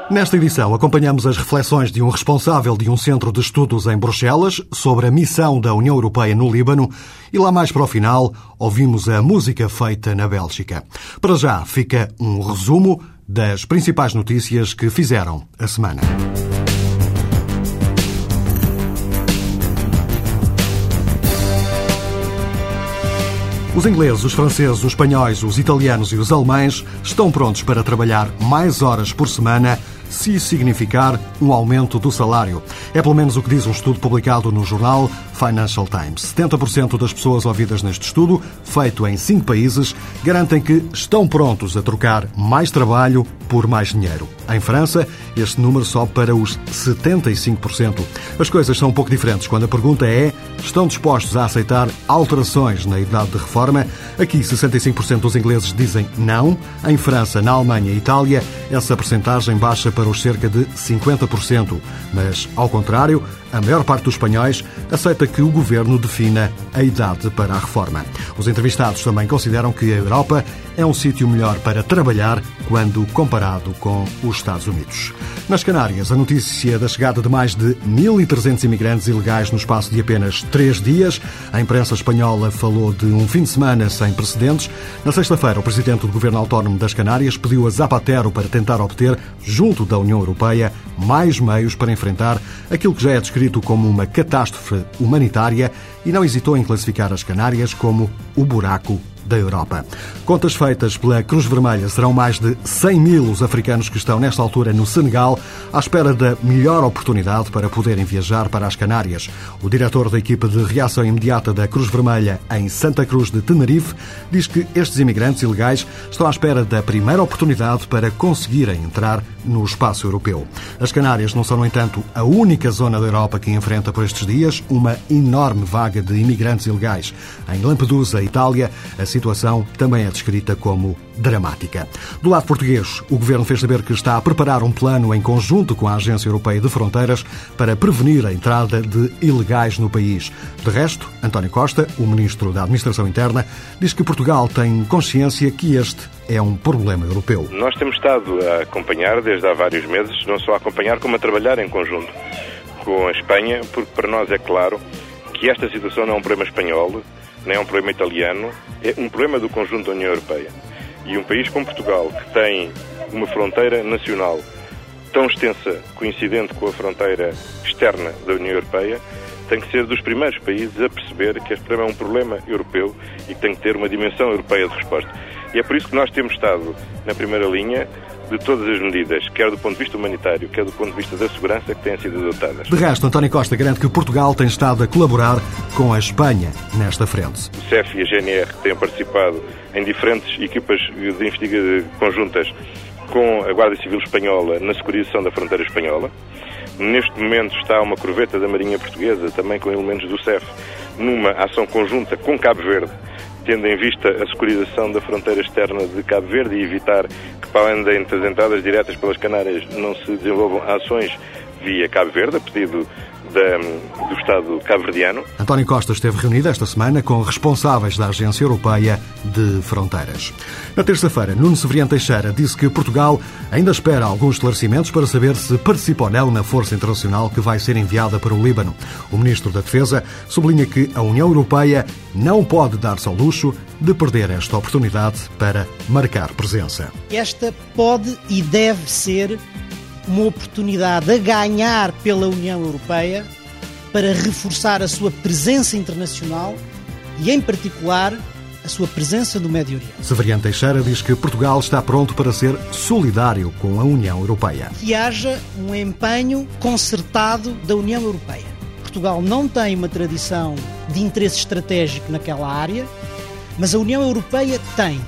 Nesta edição, acompanhamos as reflexões de um responsável de um centro de estudos em Bruxelas sobre a missão da União Europeia no Líbano e lá mais para o final ouvimos a música feita na Bélgica. Para já fica um resumo das principais notícias que fizeram a semana. Os ingleses, os franceses, os espanhóis, os italianos e os alemães estão prontos para trabalhar mais horas por semana se isso significar um aumento do salário. É pelo menos o que diz um estudo publicado no jornal Financial Times. 70% das pessoas ouvidas neste estudo, feito em 5 países, garantem que estão prontos a trocar mais trabalho por mais dinheiro. Em França, este número sobe para os 75%. As coisas são um pouco diferentes quando a pergunta é: estão dispostos a aceitar alterações na idade de reforma? Aqui, 65% dos ingleses dizem não. Em França, na Alemanha e Itália, essa percentagem baixa para os cerca de 50%. Mas, ao contrário, a maior parte dos espanhóis aceita que o governo defina a idade para a reforma. Os entrevistados também consideram que a Europa é um sítio melhor para trabalhar quando comparado com os Estados Unidos. Nas Canárias, a notícia da chegada de mais de 1.300 imigrantes ilegais no espaço de apenas 3 dias. A imprensa espanhola falou de um fim de semana sem precedentes. Na sexta-feira, o presidente do Governo Autónomo das Canárias pediu a Zapatero para tentar obter, junto da União Europeia, mais meios para enfrentar aquilo que já é descrito como uma catástrofe humanitária e não hesitou em classificar as Canárias como o buraco da Europa. Contas feitas pela Cruz Vermelha, serão mais de 100.000 os africanos que estão nesta altura no Senegal à espera da melhor oportunidade para poderem viajar para as Canárias. O diretor da equipa de reação imediata da Cruz Vermelha em Santa Cruz de Tenerife diz que estes imigrantes ilegais estão à espera da primeira oportunidade para conseguirem entrar no espaço europeu. As Canárias não são, no entanto, a única zona da Europa que enfrenta por estes dias uma enorme vaga de imigrantes ilegais. Em Lampedusa, Itália, a situação também é descrita como dramática. Do lado português, o Governo fez saber que está a preparar um plano em conjunto com a Agência Europeia de Fronteiras para prevenir a entrada de ilegais no país. De resto, António Costa, o Ministro da Administração Interna, diz que Portugal tem consciência que este é um problema europeu. Nós temos estado a acompanhar desde há vários meses, não só a acompanhar como a trabalhar em conjunto com a Espanha, porque para nós é claro que esta situação não é um problema espanhol, nem é um problema italiano, é um problema do conjunto da União Europeia. E um país como Portugal, que tem uma fronteira nacional tão extensa, coincidente com a fronteira externa da União Europeia, tem que ser dos primeiros países a perceber que este problema é um problema europeu e que tem que ter uma dimensão europeia de resposta. E é por isso que nós temos estado na primeira linha de todas as medidas, quer do ponto de vista humanitário, quer do ponto de vista da segurança, que têm sido adotadas. De resto, António Costa garante que Portugal tem estado a colaborar com a Espanha nesta frente. O CEF e a GNR têm participado em diferentes equipas de investigação conjuntas com a Guarda Civil Espanhola na securização da fronteira espanhola. Neste momento está uma corveta da Marinha Portuguesa, também com elementos do CEF, numa ação conjunta com Cabo Verde, tendo em vista a securização da fronteira externa de Cabo Verde e evitar que, para além das entradas diretas pelas Canárias, não se desenvolvam ações via Cabo Verde, a pedido do Estado cabo-verdiano. António Costa esteve reunido esta semana com responsáveis da Agência Europeia de Fronteiras. Na terça-feira, Nuno Severiano Teixeira disse que Portugal ainda espera alguns esclarecimentos para saber se participa ou não na força internacional que vai ser enviada para o Líbano. O Ministro da Defesa sublinha que a União Europeia não pode dar-se ao luxo de perder esta oportunidade para marcar presença. Esta pode e deve ser uma oportunidade a ganhar pela União Europeia para reforçar a sua presença internacional e, em particular, a sua presença no Médio Oriente. Severiano Teixeira diz que Portugal está pronto para ser solidário com a União Europeia. Que haja um empenho concertado da União Europeia. Portugal não tem uma tradição de interesse estratégico naquela área, mas a União Europeia tem.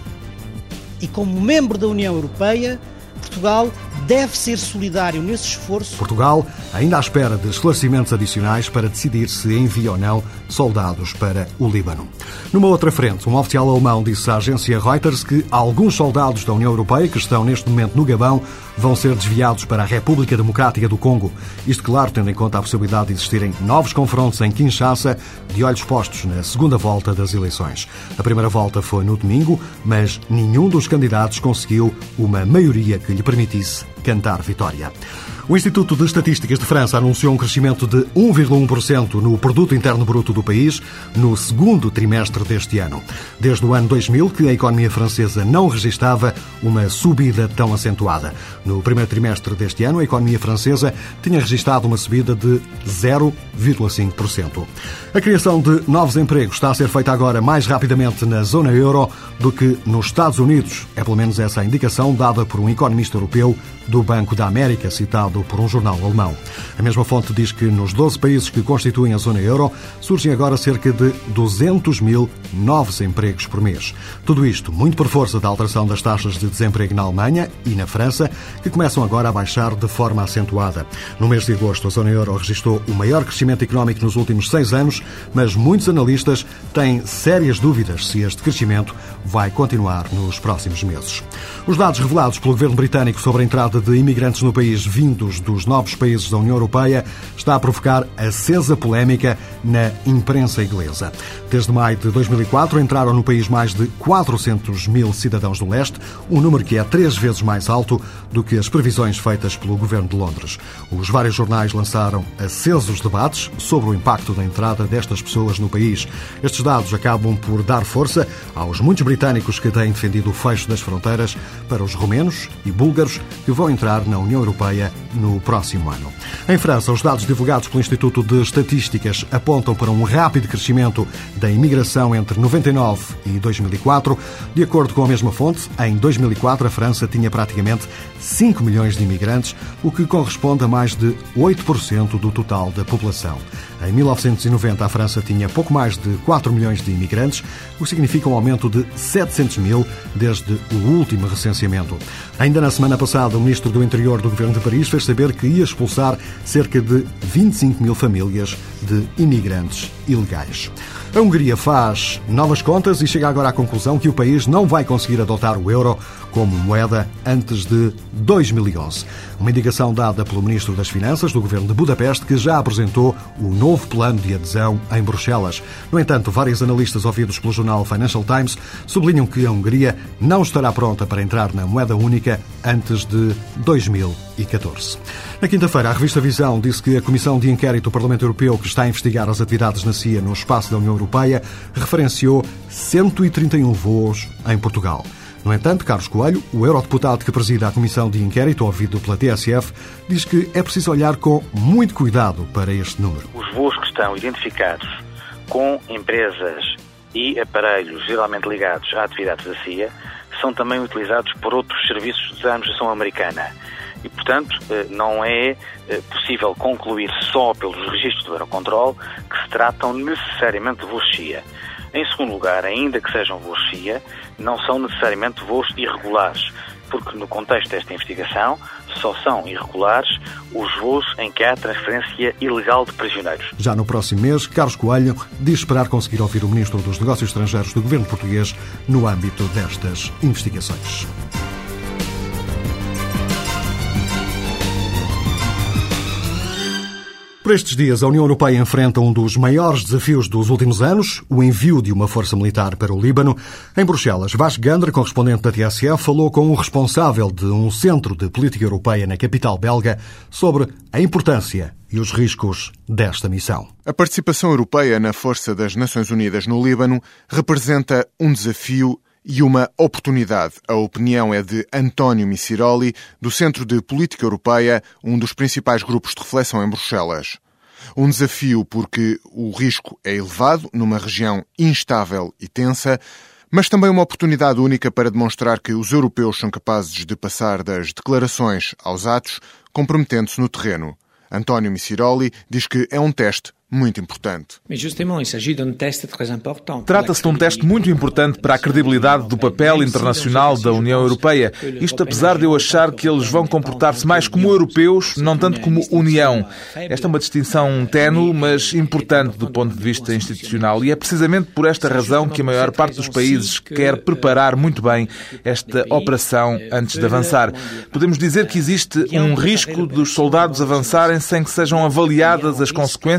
E como membro da União Europeia, Portugal deve ser solidário nesse esforço. Portugal ainda à espera de esclarecimentos adicionais para decidir se envia ou não soldados para o Líbano. Numa outra frente, um oficial alemão disse à agência Reuters que alguns soldados da União Europeia que estão neste momento no Gabão vão ser desviados para a República Democrática do Congo. Isto, claro, tendo em conta a possibilidade de existirem novos confrontos em Kinshasa, de olhos postos na segunda volta das eleições. A primeira volta foi no domingo, mas nenhum dos candidatos conseguiu uma maioria que lhe permitisse parece cantar vitória. O Instituto de Estatísticas de França anunciou um crescimento de 1,1% no Produto Interno Bruto do país no segundo trimestre deste ano. Desde o ano 2000 que a economia francesa não registava uma subida tão acentuada. No primeiro trimestre deste ano, a economia francesa tinha registado uma subida de 0,5%. A criação de novos empregos está a ser feita agora mais rapidamente na zona euro do que nos Estados Unidos. É pelo menos essa a indicação dada por um economista europeu do Banco da América, citado por um jornal alemão. A mesma fonte diz que nos 12 países que constituem a zona euro surgem agora cerca de 200 mil novos empregos por mês. Tudo isto muito por força da alteração das taxas de desemprego na Alemanha e na França, que começam agora a baixar de forma acentuada. No mês de agosto, a zona euro registrou o maior crescimento económico nos últimos 6 anos, mas muitos analistas têm sérias dúvidas se este crescimento vai continuar nos próximos meses. Os dados revelados pelo governo britânico sobre a entrada de imigrantes no país vindos dos novos países da União Europeia está a provocar acesa polémica na imprensa inglesa. Desde maio de 2004 entraram no país mais de 400 mil cidadãos do leste, um número que é 3 vezes mais alto do que as previsões feitas pelo governo de Londres. Os vários jornais lançaram acesos debates sobre o impacto da entrada destas pessoas no país. Estes dados acabam por dar força aos muitos britânicos que têm defendido o fecho das fronteiras para os romenos e búlgaros que vão entrar na União Europeia no próximo ano. Em França, os dados divulgados pelo Instituto de Estatísticas apontam para um rápido crescimento da imigração entre 99 e 2004. De acordo com a mesma fonte, em 2004 a França tinha praticamente 5 milhões de imigrantes, o que corresponde a mais de 8% do total da população. Em 1990, a França tinha pouco mais de 4 milhões de imigrantes, o que significa um aumento de 700 mil desde o último recenseamento. Ainda na semana passada, o ministro do Interior do Governo de Paris fez saber que ia expulsar cerca de 25 mil famílias de imigrantes ilegais. A Hungria faz novas contas e chega agora à conclusão que o país não vai conseguir adotar o euro como moeda antes de 2011. Uma indicação dada pelo Ministro das Finanças do Governo de Budapeste, que já apresentou o novo plano de adesão em Bruxelas. No entanto, vários analistas ouvidos pelo jornal Financial Times sublinham que a Hungria não estará pronta para entrar na moeda única antes de 2014. Na quinta-feira, a revista Visão disse que a Comissão de Inquérito do Parlamento Europeu, que está a investigar as atividades na CIA no espaço da União Europeia, referenciou 131 voos em Portugal. No entanto, Carlos Coelho, o eurodeputado que preside a Comissão de Inquérito, ouvido pela TSF, diz que é preciso olhar com muito cuidado para este número. Os voos que estão identificados com empresas e aparelhos geralmente ligados a atividades da CIA são também utilizados por outros serviços da administração americana. E, portanto, não é possível concluir só pelos registros do Eurocontrol que se tratam necessariamente de voos CIA. Em segundo lugar, ainda que sejam voos CIA, não são necessariamente voos irregulares, porque no contexto desta investigação só são irregulares os voos em que há transferência ilegal de prisioneiros. Já no próximo mês, Carlos Coelho diz esperar conseguir ouvir o Ministro dos Negócios Estrangeiros do Governo Português no âmbito destas investigações. Por estes dias, a União Europeia enfrenta um dos maiores desafios dos últimos anos, o envio de uma força militar para o Líbano. Em Bruxelas, Vasco Gandra, correspondente da TSF, falou com o responsável de um centro de política europeia na capital belga sobre a importância e os riscos desta missão. A participação europeia na Força das Nações Unidas no Líbano representa um desafio e uma oportunidade. A opinião é de António Missiroli, do Centro de Política Europeia, um dos principais grupos de reflexão em Bruxelas. Um desafio porque o risco é elevado numa região instável e tensa, mas também uma oportunidade única para demonstrar que os europeus são capazes de passar das declarações aos atos, comprometendo-se no terreno. António Missiroli diz que é um teste muito importante. Trata-se de um teste muito importante para a credibilidade do papel internacional da União Europeia. Isto apesar de eu achar que eles vão comportar-se mais como europeus, não tanto como União. Esta é uma distinção ténue, mas importante do ponto de vista institucional. E é precisamente por esta razão que a maior parte dos países quer preparar muito bem esta operação antes de avançar. Podemos dizer que existe um risco dos soldados avançarem sem que sejam avaliadas as consequências e os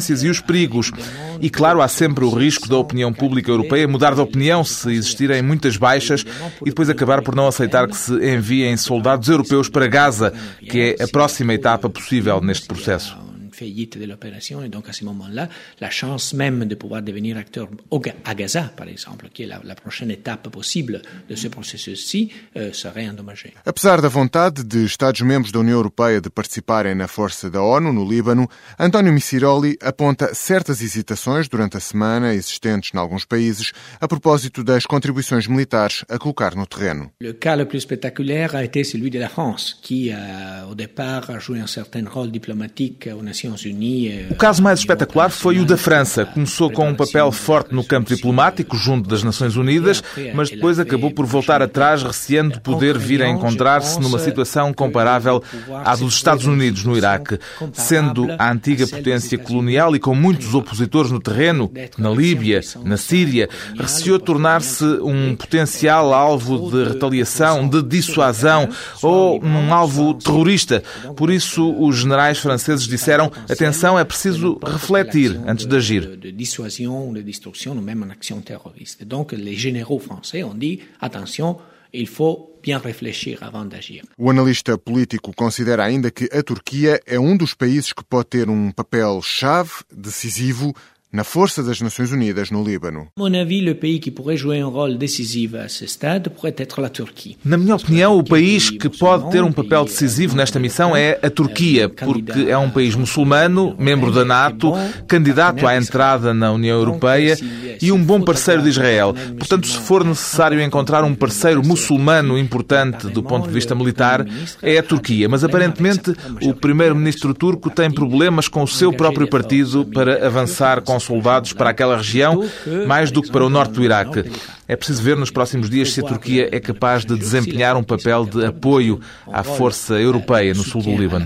perigos. E, claro, há sempre o risco da opinião pública europeia mudar de opinião se existirem muitas baixas e depois acabar por não aceitar que se enviem soldados europeus para Gaza, que é a próxima etapa possível neste processo. faillite de l'opération et donc à ce moment-là, la chance même de pouvoir devenir acteur à Gaza, par exemple, qui est la prochaine étape possible de ce processus-ci, serait endommagée. Apesar da vontade de Estados-membros da União Europeia de participarem na força da ONU no Líbano, António Missiroli aponta certas hesitações durante a semana existentes em alguns países a propósito das contribuições militares a colocar no terreno. Le cas le plus spectaculaire a été celui de la France, qui au départ a joué un certain rôle diplomatique aux Nations Unies. O caso mais espetacular foi o da França. Começou com um papel forte no campo diplomático junto das Nações Unidas, mas depois acabou por voltar atrás, receando poder vir a encontrar-se numa situação comparável à dos Estados Unidos no Iraque. Sendo a antiga potência colonial e com muitos opositores no terreno, na Líbia, na Síria, receou tornar-se um potencial alvo de retaliação, de dissuasão ou um alvo terrorista. Por isso, os generais franceses disseram: atenção, é preciso refletir antes de agir. De dissuasion, de destruction, ou même en action terroriste. Donc, les généraux français ont dit: attention, il faut bien réfléchir avant d'agir. O analista político considera ainda que a Turquia é um dos países que pode ter um papel-chave decisivo na força das Nações Unidas no Líbano. À mon avis, le pays qui pourrait jouer un rôle décisif à ce stade pourrait être la Turquie. Na minha opinião, o país que pode ter um papel decisivo nesta missão é a Turquia, porque é um país muçulmano, membro da NATO, candidato à entrada na União Europeia e um bom parceiro de Israel. Portanto, se for necessário encontrar um parceiro muçulmano importante do ponto de vista militar, é a Turquia. Mas, aparentemente, o primeiro-ministro turco tem problemas com o seu próprio partido para avançar com soldados para aquela região, mais do que para o norte do Iraque. É preciso ver nos próximos dias se a Turquia é capaz de desempenhar um papel de apoio à força europeia no sul do Líbano.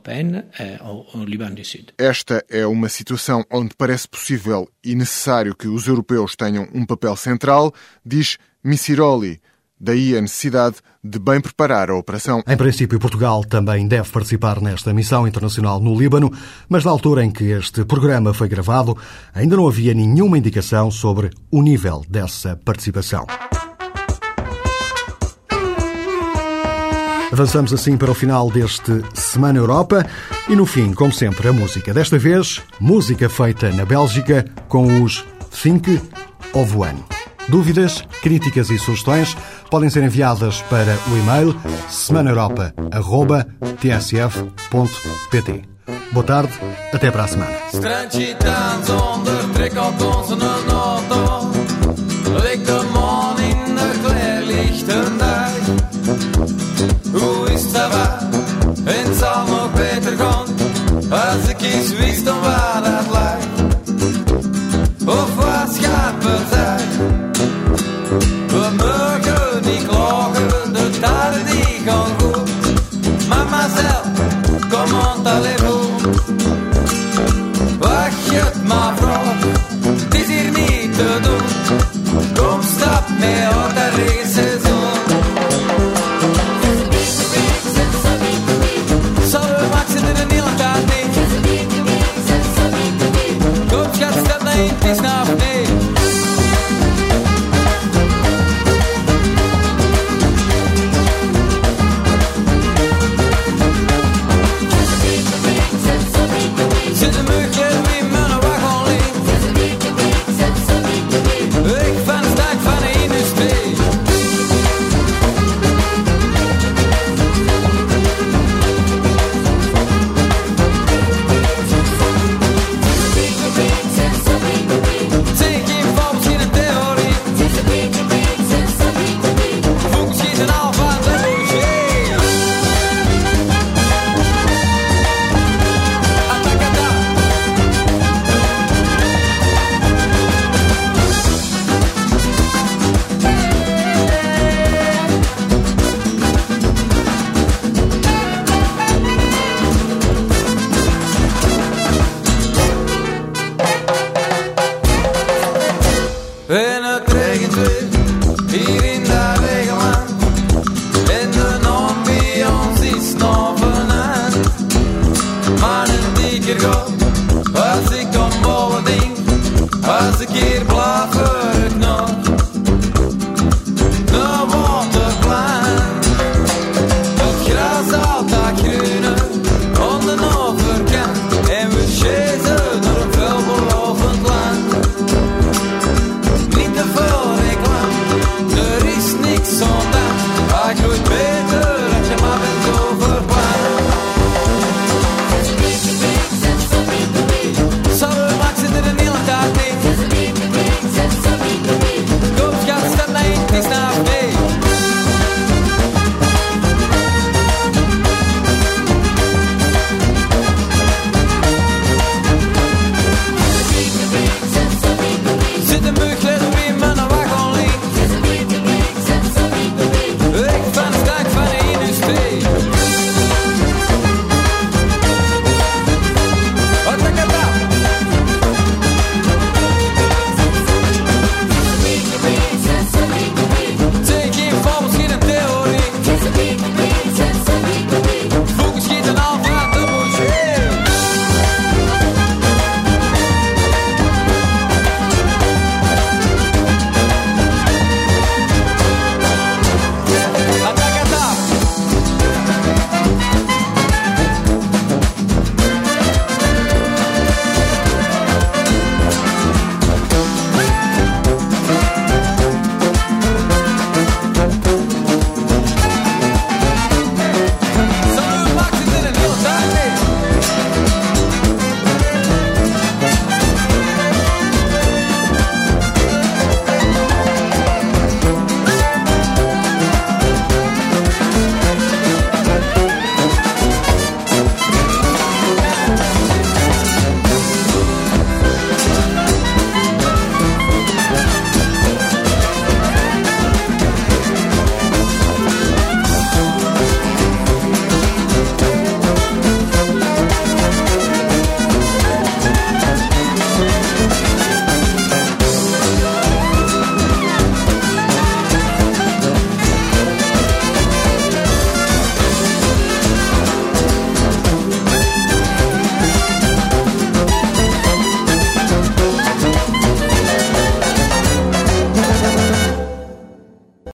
Esta é uma situação onde parece possível e necessário que os europeus tenham um papel central, diz Missiroli. Daí a necessidade de bem preparar a operação. Em princípio, Portugal também deve participar nesta missão internacional no Líbano, mas na altura em que este programa foi gravado, ainda não havia nenhuma indicação sobre o nível dessa participação. Avançamos assim para o final deste Semana Europa e no fim, como sempre, a música. Desta vez, música feita na Bélgica com os Think of One. Dúvidas, críticas e sugestões podem ser enviadas para o e-mail semanaeuropa@tsf.pt. Boa tarde, até para a semana. Als ik iets wist, dan